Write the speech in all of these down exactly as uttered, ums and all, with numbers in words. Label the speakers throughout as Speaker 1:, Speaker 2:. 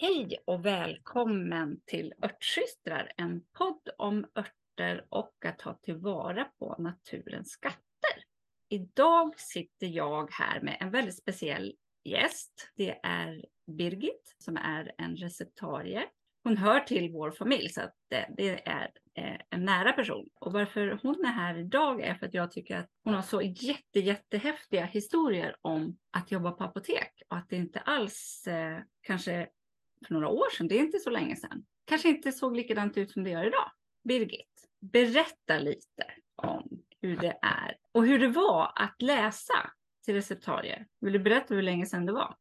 Speaker 1: Hej och välkommen till Örtsystrar, en podd om örter och att ta tillvara på naturens skatter. Idag sitter jag här med en väldigt speciell gäst. Det är Birgit som är en receptarie. Hon hör till vår familj så att det, det är en nära person. Och varför hon är här idag är för att jag tycker att hon har så jätte, jättehäftiga historier om att jobba på apotek. Och att det inte alls eh, kanske för några år sedan, det är inte så länge sedan, kanske inte såg likadant ut som det gör idag. Birgit, berätta lite om hur det är och hur det var att läsa till receptarier. Vill du berätta hur länge sedan det var?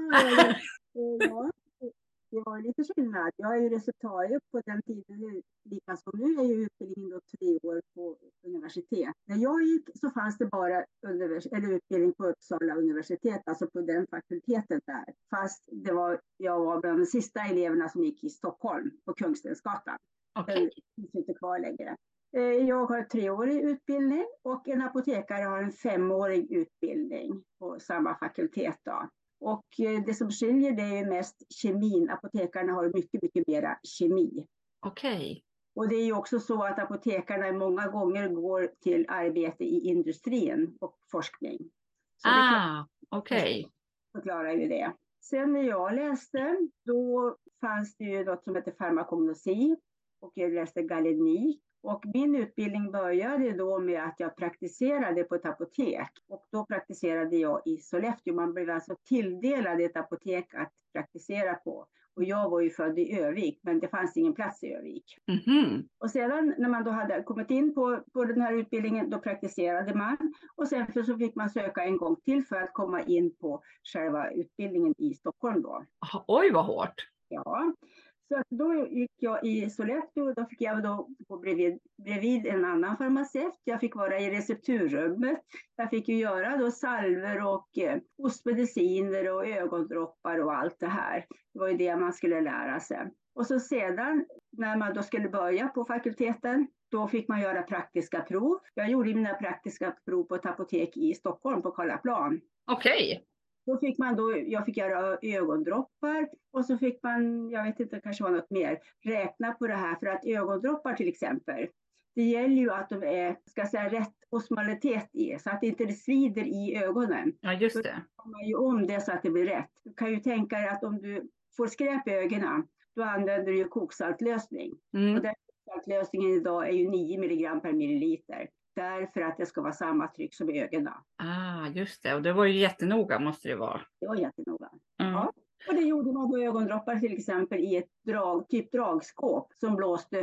Speaker 2: Ja, det var lite skillnad. Jag är ju receptarie på den tiden, lika som nu är ju utbildningen då tre år på universitet. När jag gick så fanns det bara univers- eller utbildning på Uppsala universitet, alltså på den fakulteten där. Fast det var, jag var bland de sista eleverna som gick i Stockholm på Kungstensgatan.
Speaker 1: Okej. Okay.
Speaker 2: Den finns inte kvar längre. Jag har treårig utbildning och en apotekare har en femårig utbildning på samma fakultet då. Och det som skiljer det är mest kemin. Apotekarna har mycket, mycket mera kemi.
Speaker 1: Okej. Okay.
Speaker 2: Och det är ju också så att apotekarna många gånger går till arbete i industrin och forskning. Så
Speaker 1: ah, okej. Okay.
Speaker 2: Förklarar ju det. Sen när jag läste, då fanns det ju något som heter farmakognosi. Och jag läste galenik. Och min utbildning började då med att jag praktiserade på ett apotek. Och då praktiserade jag i Sollefteå. Man blev alltså tilldelad ett apotek att praktisera på. Och jag var ju född i Övik, men det fanns ingen plats i Övik.
Speaker 1: Mm-hmm.
Speaker 2: Och sedan när man då hade kommit in på, på den här utbildningen, då praktiserade man. Och sen så fick man söka en gång till för att komma in på själva utbildningen i Stockholm då.
Speaker 1: Oj, vad hårt!
Speaker 2: Ja. Så att då gick jag i Sollefteå och då fick jag då gå bredvid, bredvid en annan farmaceut. Jag fick vara i recepturrummet. Jag fick ju göra då salver och eh, ostmediciner och ögondroppar och allt det här. Det var ju det man skulle lära sig. Och så sedan när man då skulle börja på fakulteten, då fick man göra praktiska prov. Jag gjorde mina praktiska prov på ett apotek i Stockholm på Karlaplan.
Speaker 1: Okej. Okay.
Speaker 2: Då fick man då, jag fick göra ögondroppar och så fick man, jag vet inte, det kanske var något mer, räkna på det här. För att ögondroppar till exempel, det gäller ju att de är, ska säga, rätt osmalitet i, så att det inte svider i ögonen.
Speaker 1: Ja, just det.
Speaker 2: Då får man ju om det så att det blir rätt. Du kan ju tänka dig att om du får skräp i ögonen, då använder du ju koksaltlösning.
Speaker 1: Mm.
Speaker 2: Och den koksaltlösningen idag är ju nio milligram per milliliter. Därför att det ska vara samma tryck som i ögonen.
Speaker 1: Ah, just det. Och det var ju jättenoga måste det vara.
Speaker 2: Det var jättenoga.
Speaker 1: Mm.
Speaker 2: Ja. Och det gjorde man då ögondroppar till exempel i ett drag, typ dragskåp som blåste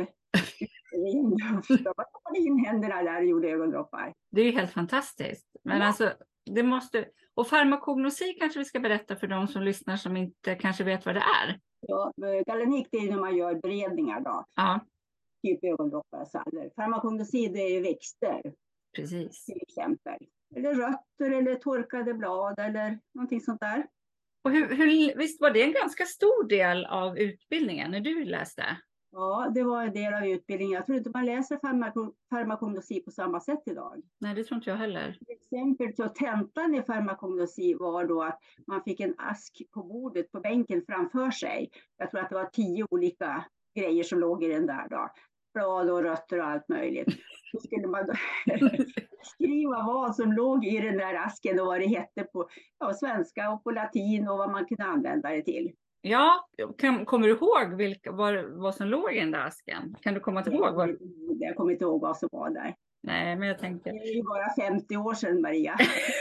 Speaker 2: in. Då var det in händerna där och gjorde ögondroppar.
Speaker 1: Det är ju helt fantastiskt. Men ja. alltså, det måste... Och farmakognosi kanske vi ska berätta för de som lyssnar som inte kanske vet vad det är.
Speaker 2: Ja, galenik det är när man gör beredningar då.
Speaker 1: Ja.
Speaker 2: Typ ögondroppar och salver. Farmakognosi det är ju växter.
Speaker 1: Precis.
Speaker 2: Till exempel. Eller rötter eller torkade blad eller någonting sånt där.
Speaker 1: Och hur, hur, visst var det en ganska stor del av utbildningen när du läste?
Speaker 2: Ja, det var en del av utbildningen. Jag tror inte man läser farmako- farmakognosi på samma sätt idag.
Speaker 1: Nej, det tror inte jag heller.
Speaker 2: Till exempel så tentan i farmakognosi var då att man fick en ask på bordet på bänken framför sig. Jag tror att det var tio olika grejer som låg i den där då. Blad och rötter och allt möjligt. Då skulle man då skriva vad som låg i den där asken och vad det hette på ja, svenska och på latin och vad man kunde använda det till.
Speaker 1: Ja, kan, kommer du ihåg vilka, vad, vad som låg i den där asken? Kan du komma ihåg? Vad...
Speaker 2: Jag kommer inte ihåg vad som var där.
Speaker 1: Nej, men jag tänker...
Speaker 2: Det är ju bara femtio år sedan, Maria.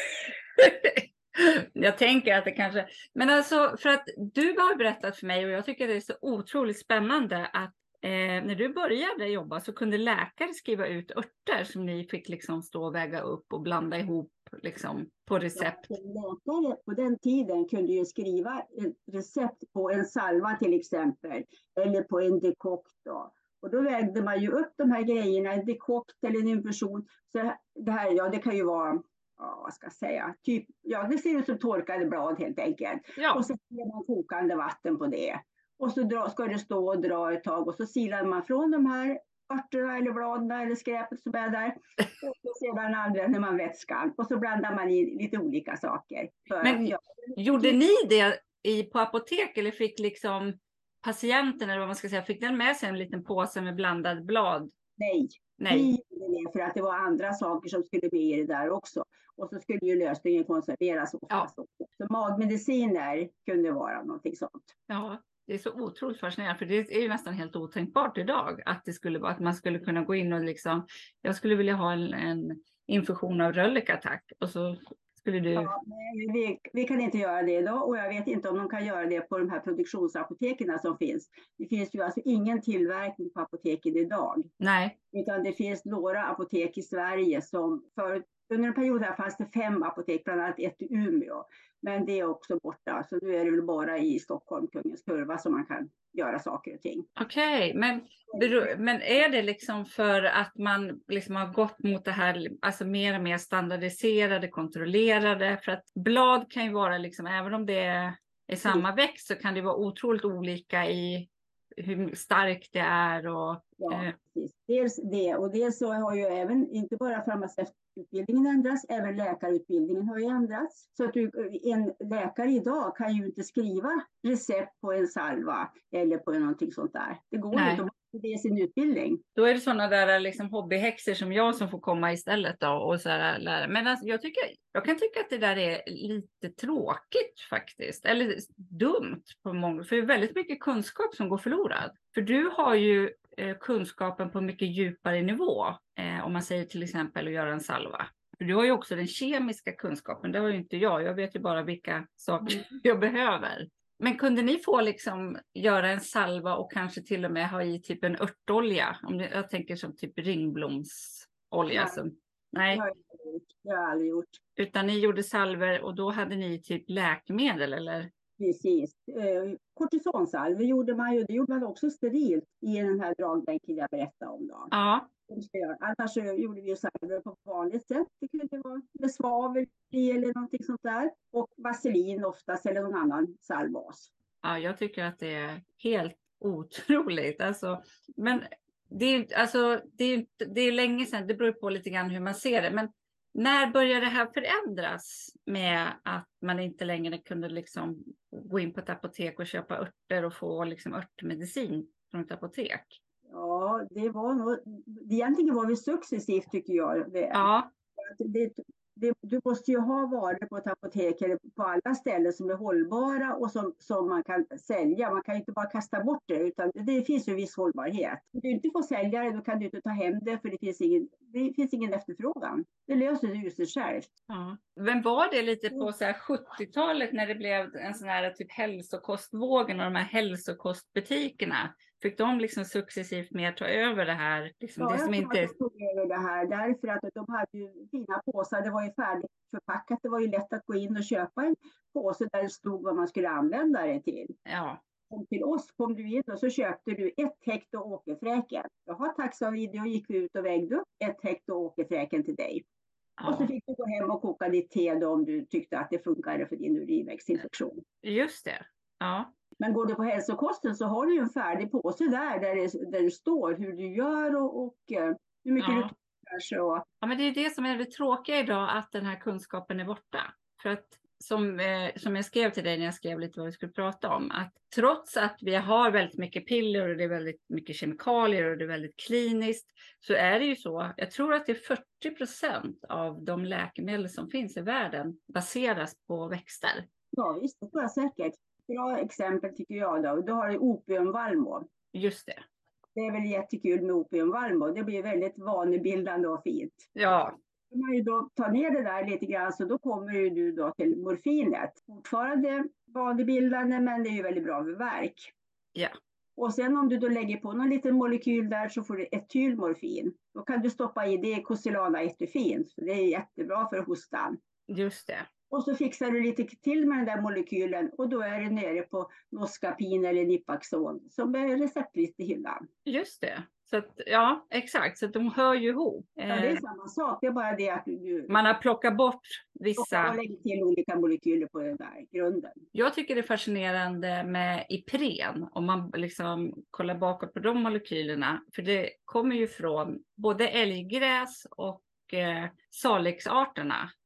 Speaker 1: Jag tänker att det kanske... Men alltså, för att du har berättat för mig och jag tycker det är så otroligt spännande att eh, när du började jobba så kunde läkare skriva ut örter som ni fick liksom stå och väga upp och blanda ihop liksom på recept.
Speaker 2: Ja, läkare på den tiden kunde ju skriva ett recept på en salva till exempel eller på en dekokt då. Och då vägde man ju upp de här grejerna, en dekokt eller en infusion. Så det här, ja det kan ju vara, ja, vad ska jag säga, typ, ja det ser ut som torkade blad helt enkelt.
Speaker 1: Ja. Och
Speaker 2: så ger man kokande vatten på det. Och så dra, ska det stå och dra ett tag och så silar man från de här örterna eller bladen eller skräpet som är där. Och sedan använder man vätskan och så blandar man i lite olika saker. För
Speaker 1: Men
Speaker 2: ja.
Speaker 1: gjorde ni det i, på apotek eller fick liksom patienten, eller vad man ska säga, fick den med sig en liten påse med blandad blad?
Speaker 2: Nej,
Speaker 1: Nej.
Speaker 2: vi gjorde det för att det var andra saker som skulle med i det där också. Och så skulle ju lösningen konserveras oftast
Speaker 1: Ja.
Speaker 2: också. Så magmediciner kunde vara någonting sånt.
Speaker 1: Ja, det är så otroligt fascinerande, för det är ju nästan helt otänkbart idag att det skulle vara att man skulle kunna gå in och liksom, jag skulle vilja ha en, en infusion av röllikattack och så skulle du...
Speaker 2: Ja, nej, vi, vi kan inte göra det idag och jag vet inte om de kan göra det på de här produktionsapoteken som finns. Det finns ju alltså ingen tillverkning på apoteken idag.
Speaker 1: Nej.
Speaker 2: Utan det finns några apotek i Sverige som för, under en period här fanns det fem apotek, bland annat ett i Umeå. Men det är också borta, så nu är det väl bara i Stockholm, Kungens Kurva, som man kan göra saker och ting.
Speaker 1: Okej, okay, men, men är det liksom för att man liksom har gått mot det här, alltså mer och mer standardiserade, kontrollerade? För att blad kan ju vara liksom, även om det är, är samma mm. växt, så kan det vara otroligt olika i hur starkt det är. Och,
Speaker 2: ja,
Speaker 1: eh.
Speaker 2: precis. Dels det, och dels så har ju även, inte bara farmaceututbildningen ändrats, även läkarutbildningen har ju ändrats. Så att du, en läkare idag kan ju inte skriva recept på en salva eller på någonting sånt där. Det går
Speaker 1: Nej.
Speaker 2: inte, om det är sin utbildning.
Speaker 1: Då är det sådana där liksom hobbyhäxor som jag som får komma istället då och så här lära. Men alltså, jag, tycker, jag kan tycka att det där är lite tråkigt faktiskt. Eller dumt på många, för det är väldigt mycket kunskap som går förlorad. För du har ju eh, kunskapen på mycket djupare nivå. Eh, om man säger till exempel att göra en salva. För du har ju också den kemiska kunskapen, det har ju inte jag. Jag vet ju bara vilka saker jag behöver. Men kunde ni få liksom göra en salva och kanske till och med ha i typ en örtolja? Om det, jag tänker som typ ringblomsolja.
Speaker 2: Nej,
Speaker 1: som, nej.
Speaker 2: Det, har jag aldrig gjort. det har jag aldrig gjort.
Speaker 1: Utan ni gjorde salver och då hade ni typ läkemedel eller?
Speaker 2: Precis. Eh, kortisonsalver gjorde man ju, det gjorde man också sterilt i den här dragbänken jag berättade om då.
Speaker 1: Ja.
Speaker 2: Annars så gjorde vi ju salver på vanligt sätt. Det kunde vara med svavel i eller någonting sånt där. Och vaselin oftast eller någon annan salvas.
Speaker 1: Ja, jag tycker att det är helt otroligt. Alltså, men det är, alltså, det är, det är länge sedan, det beror på lite grann hur man ser det. Men när börjar det här förändras med att man inte längre kunde liksom gå in på ett apotek och köpa örter och få liksom örtmedicin från ett apotek?
Speaker 2: Ja, det var nog, egentligen var det successivt tycker jag. Det,
Speaker 1: ja.
Speaker 2: det, det, du måste ju ha varor på ett apotek eller på alla ställen som är hållbara och som, som man kan sälja. Man kan ju inte bara kasta bort det, utan det finns ju viss hållbarhet. Om du inte får sälja det, då kan du inte ta hem det för det finns ingen, det finns ingen efterfrågan. Det löser ju sig självt.
Speaker 1: Ja. Men var det lite på så här sjuttiotalet när det blev en sån här typ hälsokostvågen och de här hälsokostbutikerna? Fick de liksom successivt mer ta över det här? Liksom
Speaker 2: ja,
Speaker 1: det som
Speaker 2: jag
Speaker 1: inte...
Speaker 2: att de tog över det här därför att de hade ju fina påsar. Det var ju färdigt förpackat. Det var ju lätt att gå in och köpa en påse där det stod vad man skulle använda det till.
Speaker 1: Ja.
Speaker 2: Och till oss kom du in och så köpte du ett hekto åkerfräken. Jaha, tack sa vi. Då gick vi ut och vägde upp ett hekto åkerfräken till dig. Ja. Och så fick du gå hem och koka ditt te då om du tyckte att det funkade för din urinvägsinfektion.
Speaker 1: Just det. Ja.
Speaker 2: Men går du på hälsokosten så har du ju en färdig påse där, där det, där det står hur du gör och, och hur mycket ja. du kanske. Och...
Speaker 1: Ja, men det är det som är det tråkiga idag, att den här kunskapen är borta. För att som, eh, som jag skrev till dig när jag skrev lite vad vi skulle prata om, att trots att vi har väldigt mycket piller och det är väldigt mycket kemikalier och det är väldigt kliniskt, så är det ju så, jag tror att det är fyrtio procent av de läkemedel som finns i världen baseras på växter.
Speaker 2: Ja visst, det tror jag säkert. Bra exempel tycker jag då. Då har du opiumvallmo.
Speaker 1: Just det.
Speaker 2: Det är väl jättekul med opiumvallmo. Det blir väldigt vanebildande och fint.
Speaker 1: Ja.
Speaker 2: Om man ju då tar ner det där lite grann så då kommer ju du då till morfinet. Fortfarande vanebildande men det är ju väldigt bra för värk.
Speaker 1: Ja.
Speaker 2: Och sen om du då lägger på någon liten molekyl där så får du etylmorfin. Då kan du stoppa i det Cosilana etufin. Så det är jättebra för hostan.
Speaker 1: Just det.
Speaker 2: Och så fixar du lite till med den där molekylen och då är det nere på Noscapin eller Nipaxon som är receptfritt i hyllan.
Speaker 1: Just det. Så att, ja, exakt. Så att de hör ju ihop.
Speaker 2: Ja, det är samma sak. Det är bara det att du...
Speaker 1: Man har plockat bort vissa...
Speaker 2: Och lägger till olika molekyler på den där grunden.
Speaker 1: Jag tycker det är fascinerande med Ipren. Om man liksom kollar bakåt på de molekylerna. För det kommer ju från både älggräs och eh, salixarterna.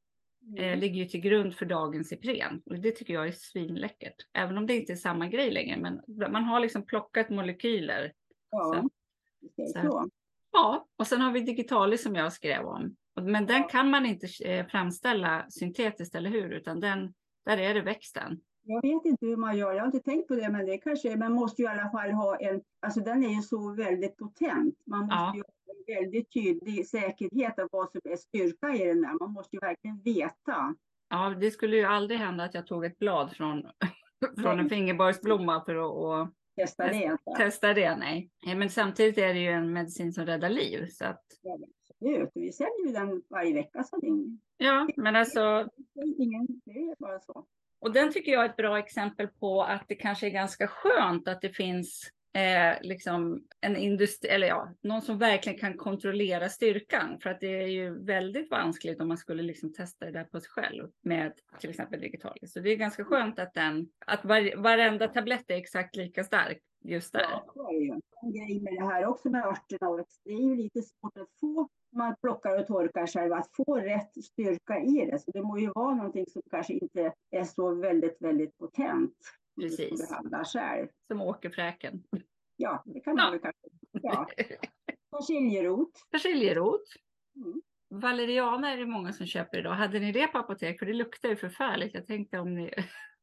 Speaker 1: eh,
Speaker 2: Mm.
Speaker 1: ligger ju till grund för dagens Ipren. Och det tycker jag är svinläckert. Även om det inte är samma grej längre. Men man har liksom plockat molekyler.
Speaker 2: Ja,
Speaker 1: Så,
Speaker 2: det är
Speaker 1: så,
Speaker 2: så.
Speaker 1: ja, och sen har vi Digitalis som jag skrev om. Och- Men den
Speaker 2: Ja.
Speaker 1: kan man inte eh, framställa syntetiskt, eller hur? Utan den, där är det växten.
Speaker 2: Jag vet inte hur man gör, jag har inte tänkt på det, men det kanske, man måste ju i alla fall ha en, alltså den är ju så väldigt potent. Man måste
Speaker 1: Ja.
Speaker 2: ju ha en väldigt tydlig säkerhet av vad som är styrka i den där. Man måste ju verkligen veta.
Speaker 1: Ja, det skulle ju aldrig hända att jag tog ett blad från, från en
Speaker 2: Nej.
Speaker 1: fingerborgsblomma för att, att
Speaker 2: Testa det inte.
Speaker 1: testa det. Nej. Nej, men samtidigt är det ju en medicin som räddar liv. Så att,
Speaker 2: Ja, absolut. Vi säljer ju den varje vecka, så det är ingen,
Speaker 1: ja, men alltså,
Speaker 2: det är ingen, det är bara så.
Speaker 1: och den tycker jag är ett bra exempel på att det kanske är ganska skönt att det finns eh, liksom en industri, eller ja, någon som verkligen kan kontrollera styrkan. För att det är ju väldigt vanskligt om man skulle liksom testa det där på sig själv med till exempel Digitalis. Så det är ganska skönt att, den, att var, varenda tablett är exakt lika stark just där.
Speaker 2: Ja, det är ju en grej med det här också med örterna. Det är ju lite svårt att få, om man plockar och torkar själv, att få rätt styrka i det. Så det må ju vara någonting som kanske inte är så väldigt, väldigt potent.
Speaker 1: Precis.
Speaker 2: Behandla själv.
Speaker 1: Som åkerfräken.
Speaker 2: Ja, det kan man
Speaker 1: Ja.
Speaker 2: väl kanske. Ja. Persiljerot.
Speaker 1: Persiljerot.
Speaker 2: Mm.
Speaker 1: Valeriana är det många som köper idag. Hade ni det på apotek? För det luktar ju förfärligt. Jag tänkte om ni...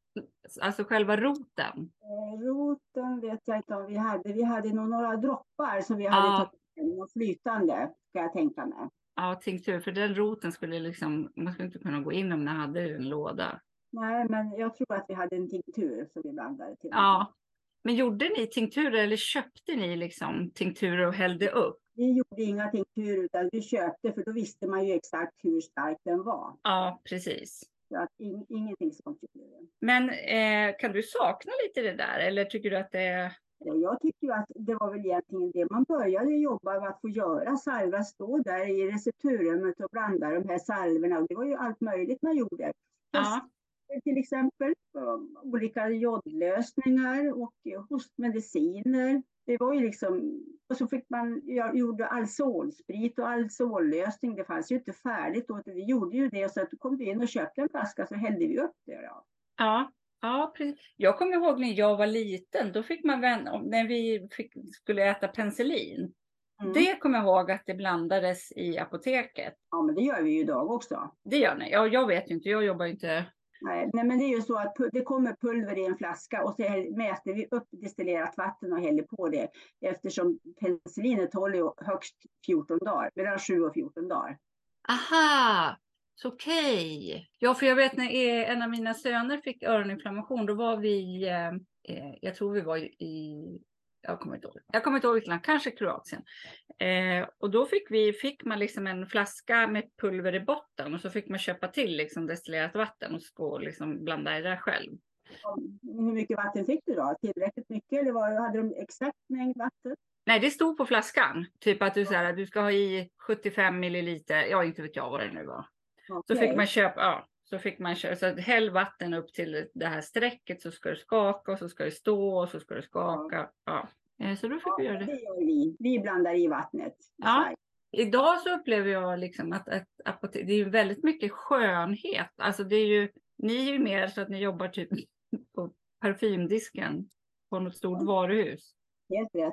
Speaker 1: Alltså själva roten.
Speaker 2: Eh, roten vet jag inte om vi hade. Vi hade nog några droppar som vi
Speaker 1: Ja.
Speaker 2: hade tagit något flytande, ska jag tänka mig.
Speaker 1: Ja, tinktur. För den roten skulle liksom... Man skulle inte kunna gå in om den hade en låda.
Speaker 2: Nej, men jag tror att vi hade en tinktur som vi blandade till.
Speaker 1: Ja. Men gjorde ni tinkturer eller köpte ni liksom tinkturer och hällde upp?
Speaker 2: Vi gjorde inga tinkturer utan vi köpte, för då visste man ju exakt hur stark den var.
Speaker 1: Ja, precis.
Speaker 2: Så att in, ingenting sånt gjorde vi.
Speaker 1: Men eh, kan du sakna lite det där? Eller tycker du att det är...
Speaker 2: Jag tycker ju att det var väl egentligen det man började jobba med, att få göra salva, stå där i recepturrummet och blanda de här salverna. Och det var ju allt möjligt man gjorde.
Speaker 1: Ja.
Speaker 2: Till exempel olika jodlösningar och hostmediciner. Det var ju liksom, och så fick man, jag gjorde alzolsprit och alzollösning. Det fanns ju inte färdigt då. Vi gjorde ju det, och så att kom vi in och köpte en flaska, så hällde vi upp det. Då.
Speaker 1: Ja. Ja, precis. Jag kommer ihåg när jag var liten, då fick man vända, när vi fick, skulle äta penicillin. Mm. Det kommer jag ihåg att det blandades i apoteket.
Speaker 2: Ja, men det gör vi ju idag också.
Speaker 1: Det gör ni? Ja, jag vet ju inte, jag jobbar inte.
Speaker 2: Nej, nej, men det är ju så att det kommer pulver i en flaska och så mäter vi upp destillerat vatten och häller på det. Eftersom penicillinet håller ju högst fjorton dagar, mellan sju och fjorton dagar.
Speaker 1: Aha! Okej. Okay. Ja, för jag vet när en av mina söner fick öroninflammation, då var vi, eh, jag tror vi var i, jag kommer inte ihåg, jag kommer inte ihåg vilket land, kanske Kroatien. Eh, och då fick vi, fick man liksom en flaska med pulver i botten, och så fick man köpa till liksom destillerat vatten och så liksom blanda i det själv.
Speaker 2: Hur mycket vatten fick du då? Tillräckligt mycket, eller var, hade de exakt mängd vatten?
Speaker 1: Nej, det stod på flaskan. Typ att du, så här, du ska ha i sjuttiofem milliliter, ja inte vet jag vad det nu var. Okay. Så fick man köpa, ja, så fick man köpa, så häll vatten upp till det här strecket, så ska du skaka, och så ska det stå, och så ska du skaka. Ja. Ja. Så då fick
Speaker 2: ja,
Speaker 1: vi göra det.
Speaker 2: Det gör vi. Vi blandar i vattnet.
Speaker 1: Ja. Idag så upplever jag liksom att, att apotek, det är ju väldigt mycket skönhet. Alltså det är ju, ni är ju mer så att ni jobbar typ på parfymdisken på något stort varuhus.
Speaker 2: Helt rätt.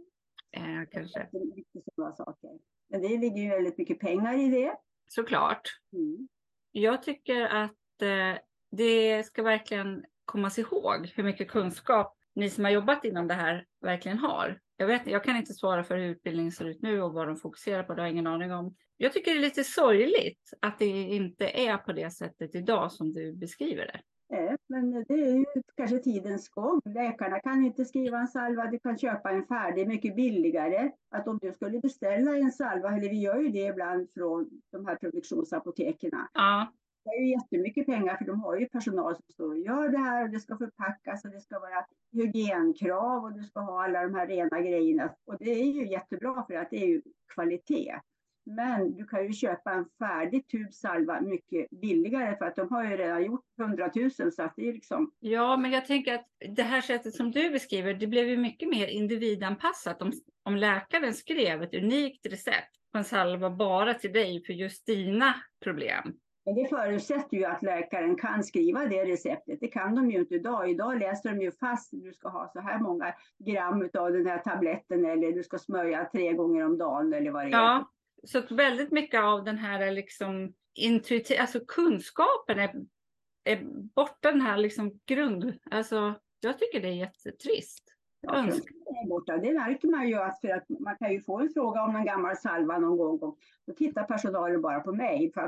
Speaker 1: Eh, kanske.
Speaker 2: Det är mycket sådana saker. Men det ligger ju väldigt mycket pengar i det.
Speaker 1: Såklart.
Speaker 2: Mm.
Speaker 1: Jag tycker att eh, det ska verkligen kommas ihåg hur mycket kunskap ni som har jobbat inom det här verkligen har. Jag vet, jag kan inte svara för hur utbildningen ser ut nu och vad de fokuserar på, det har jag ingen aning om. Jag tycker det är lite sorgligt att det inte är på det sättet idag som du beskriver det.
Speaker 2: Nej, men det är ju kanske tidens gång. Läkarna kan inte skriva en salva, du kan köpa en färdig mycket billigare. Att om du skulle beställa en salva, eller vi gör ju det ibland från de här produktionsapotekerna.
Speaker 1: Ja.
Speaker 2: Det är ju jättemycket pengar, för de har ju personal som står och gör det här, och det ska förpackas och det ska vara hygienkrav och du ska ha alla de här rena grejerna. Och det är ju jättebra, för att det är ju kvalitet. Men du kan ju köpa en färdig tub salva mycket billigare, för att de har ju redan gjort hundratusen, så att det är liksom...
Speaker 1: Ja, men jag tänker att det här sättet som du beskriver, det blev ju mycket mer individanpassat. Om, om läkaren skrev ett unikt recept på en salva bara till dig för just dina problem.
Speaker 2: Men det förutsätter ju att läkaren kan skriva det receptet. Det kan de ju inte idag. Idag läser de ju fast att du ska ha så här många gram av den här tabletten eller du ska smörja tre gånger om dagen eller vad det är.
Speaker 1: Ja, så att väldigt mycket av den här liksom intuitiv, alltså kunskapen är, är borta, den här liksom grund. Alltså jag tycker det är jättetrist.
Speaker 2: Ja, kunskapen är borta. Det märker man ju att, för att man kan ju få en fråga om en gammal salva någon gång och då tittar personalen bara på mig. För att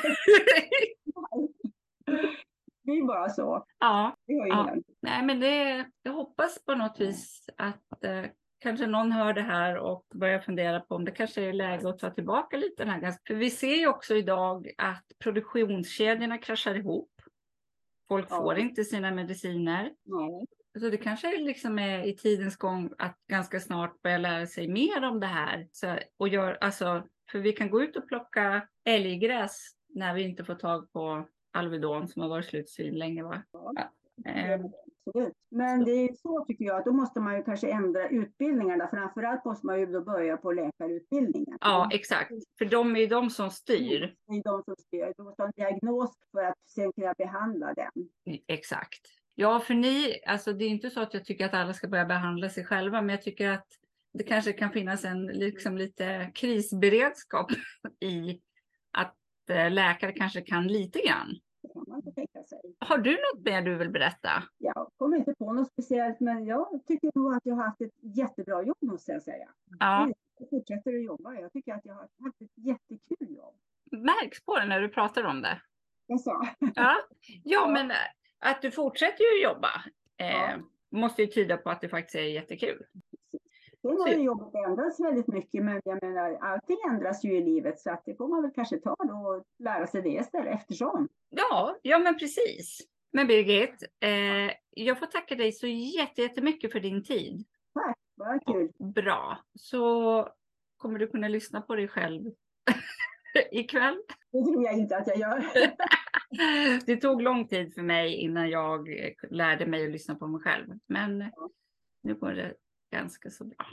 Speaker 2: det är bara så.
Speaker 1: Ja,
Speaker 2: det har ju
Speaker 1: ja.
Speaker 2: hänt.
Speaker 1: Nej, men det, jag hoppas på något vis att eh, kanske någon hör det här och börjar fundera på om det kanske är läge att ta tillbaka lite den här. För vi ser ju också idag att produktionskedjorna kraschar ihop. Folk
Speaker 2: Ja.
Speaker 1: får inte sina mediciner.
Speaker 2: Nej.
Speaker 1: Så det kanske liksom är i tidens gång att ganska snart börja lära sig mer om det här. Så, och gör, alltså, för vi kan gå ut och plocka älggräs när vi inte får tag på Alvedon som har varit slut svin länge. Va?
Speaker 2: Ja.
Speaker 1: Ja. Eh.
Speaker 2: Absolut. Men det är så tycker jag att då måste man ju kanske ändra utbildningarna. Framförallt måste man ju då börja på läkarutbildningen.
Speaker 1: Ja, exakt. För de är ju de som styr.
Speaker 2: Det är de som styr. Du måste ha en diagnos för att sen kunna behandla den.
Speaker 1: Exakt. Ja, för ni, alltså det är inte så att jag tycker att alla ska börja behandla sig själva, men jag tycker att det kanske kan finnas en liksom lite krisberedskap i att eh, läkare kanske kan lite grann.
Speaker 2: Det kan man inte tänka sig.
Speaker 1: Har du något mer du vill berätta?
Speaker 2: Jag kommer inte på något speciellt, men jag tycker nog att jag har haft ett jättebra jobb, måste jag säga.
Speaker 1: Ja.
Speaker 2: Jag fortsätter att jobba. Jag tycker att jag har haft ett jättekul jobb.
Speaker 1: Märks på det när du pratar om det.
Speaker 2: Jag sa.
Speaker 1: Ja, ja, men att du fortsätter ju jobba eh,
Speaker 2: Ja.
Speaker 1: måste ju tyda på att det faktiskt är jättekul.
Speaker 2: Sen har ju jobbet ändrats väldigt mycket, men jag menar, allting ändras ju i livet så att det får man väl kanske ta då och lära sig det istället eftersom.
Speaker 1: Ja, ja men precis. Men Birgit, eh, jag får tacka dig så jättemycket för din tid.
Speaker 2: Tack, vad kul.
Speaker 1: Bra, så kommer du kunna lyssna på dig själv ikväll.
Speaker 2: Det tror jag inte att jag gör.
Speaker 1: Det tog lång tid för mig innan jag lärde mig att lyssna på mig själv. Men nu går det ganska så bra.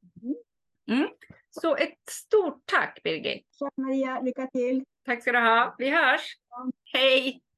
Speaker 1: Mm. Så ett stort tack Birgit.
Speaker 2: Tack Maria, lycka till.
Speaker 1: Tack ska du ha. Vi hörs.
Speaker 2: Ja.
Speaker 1: Hej!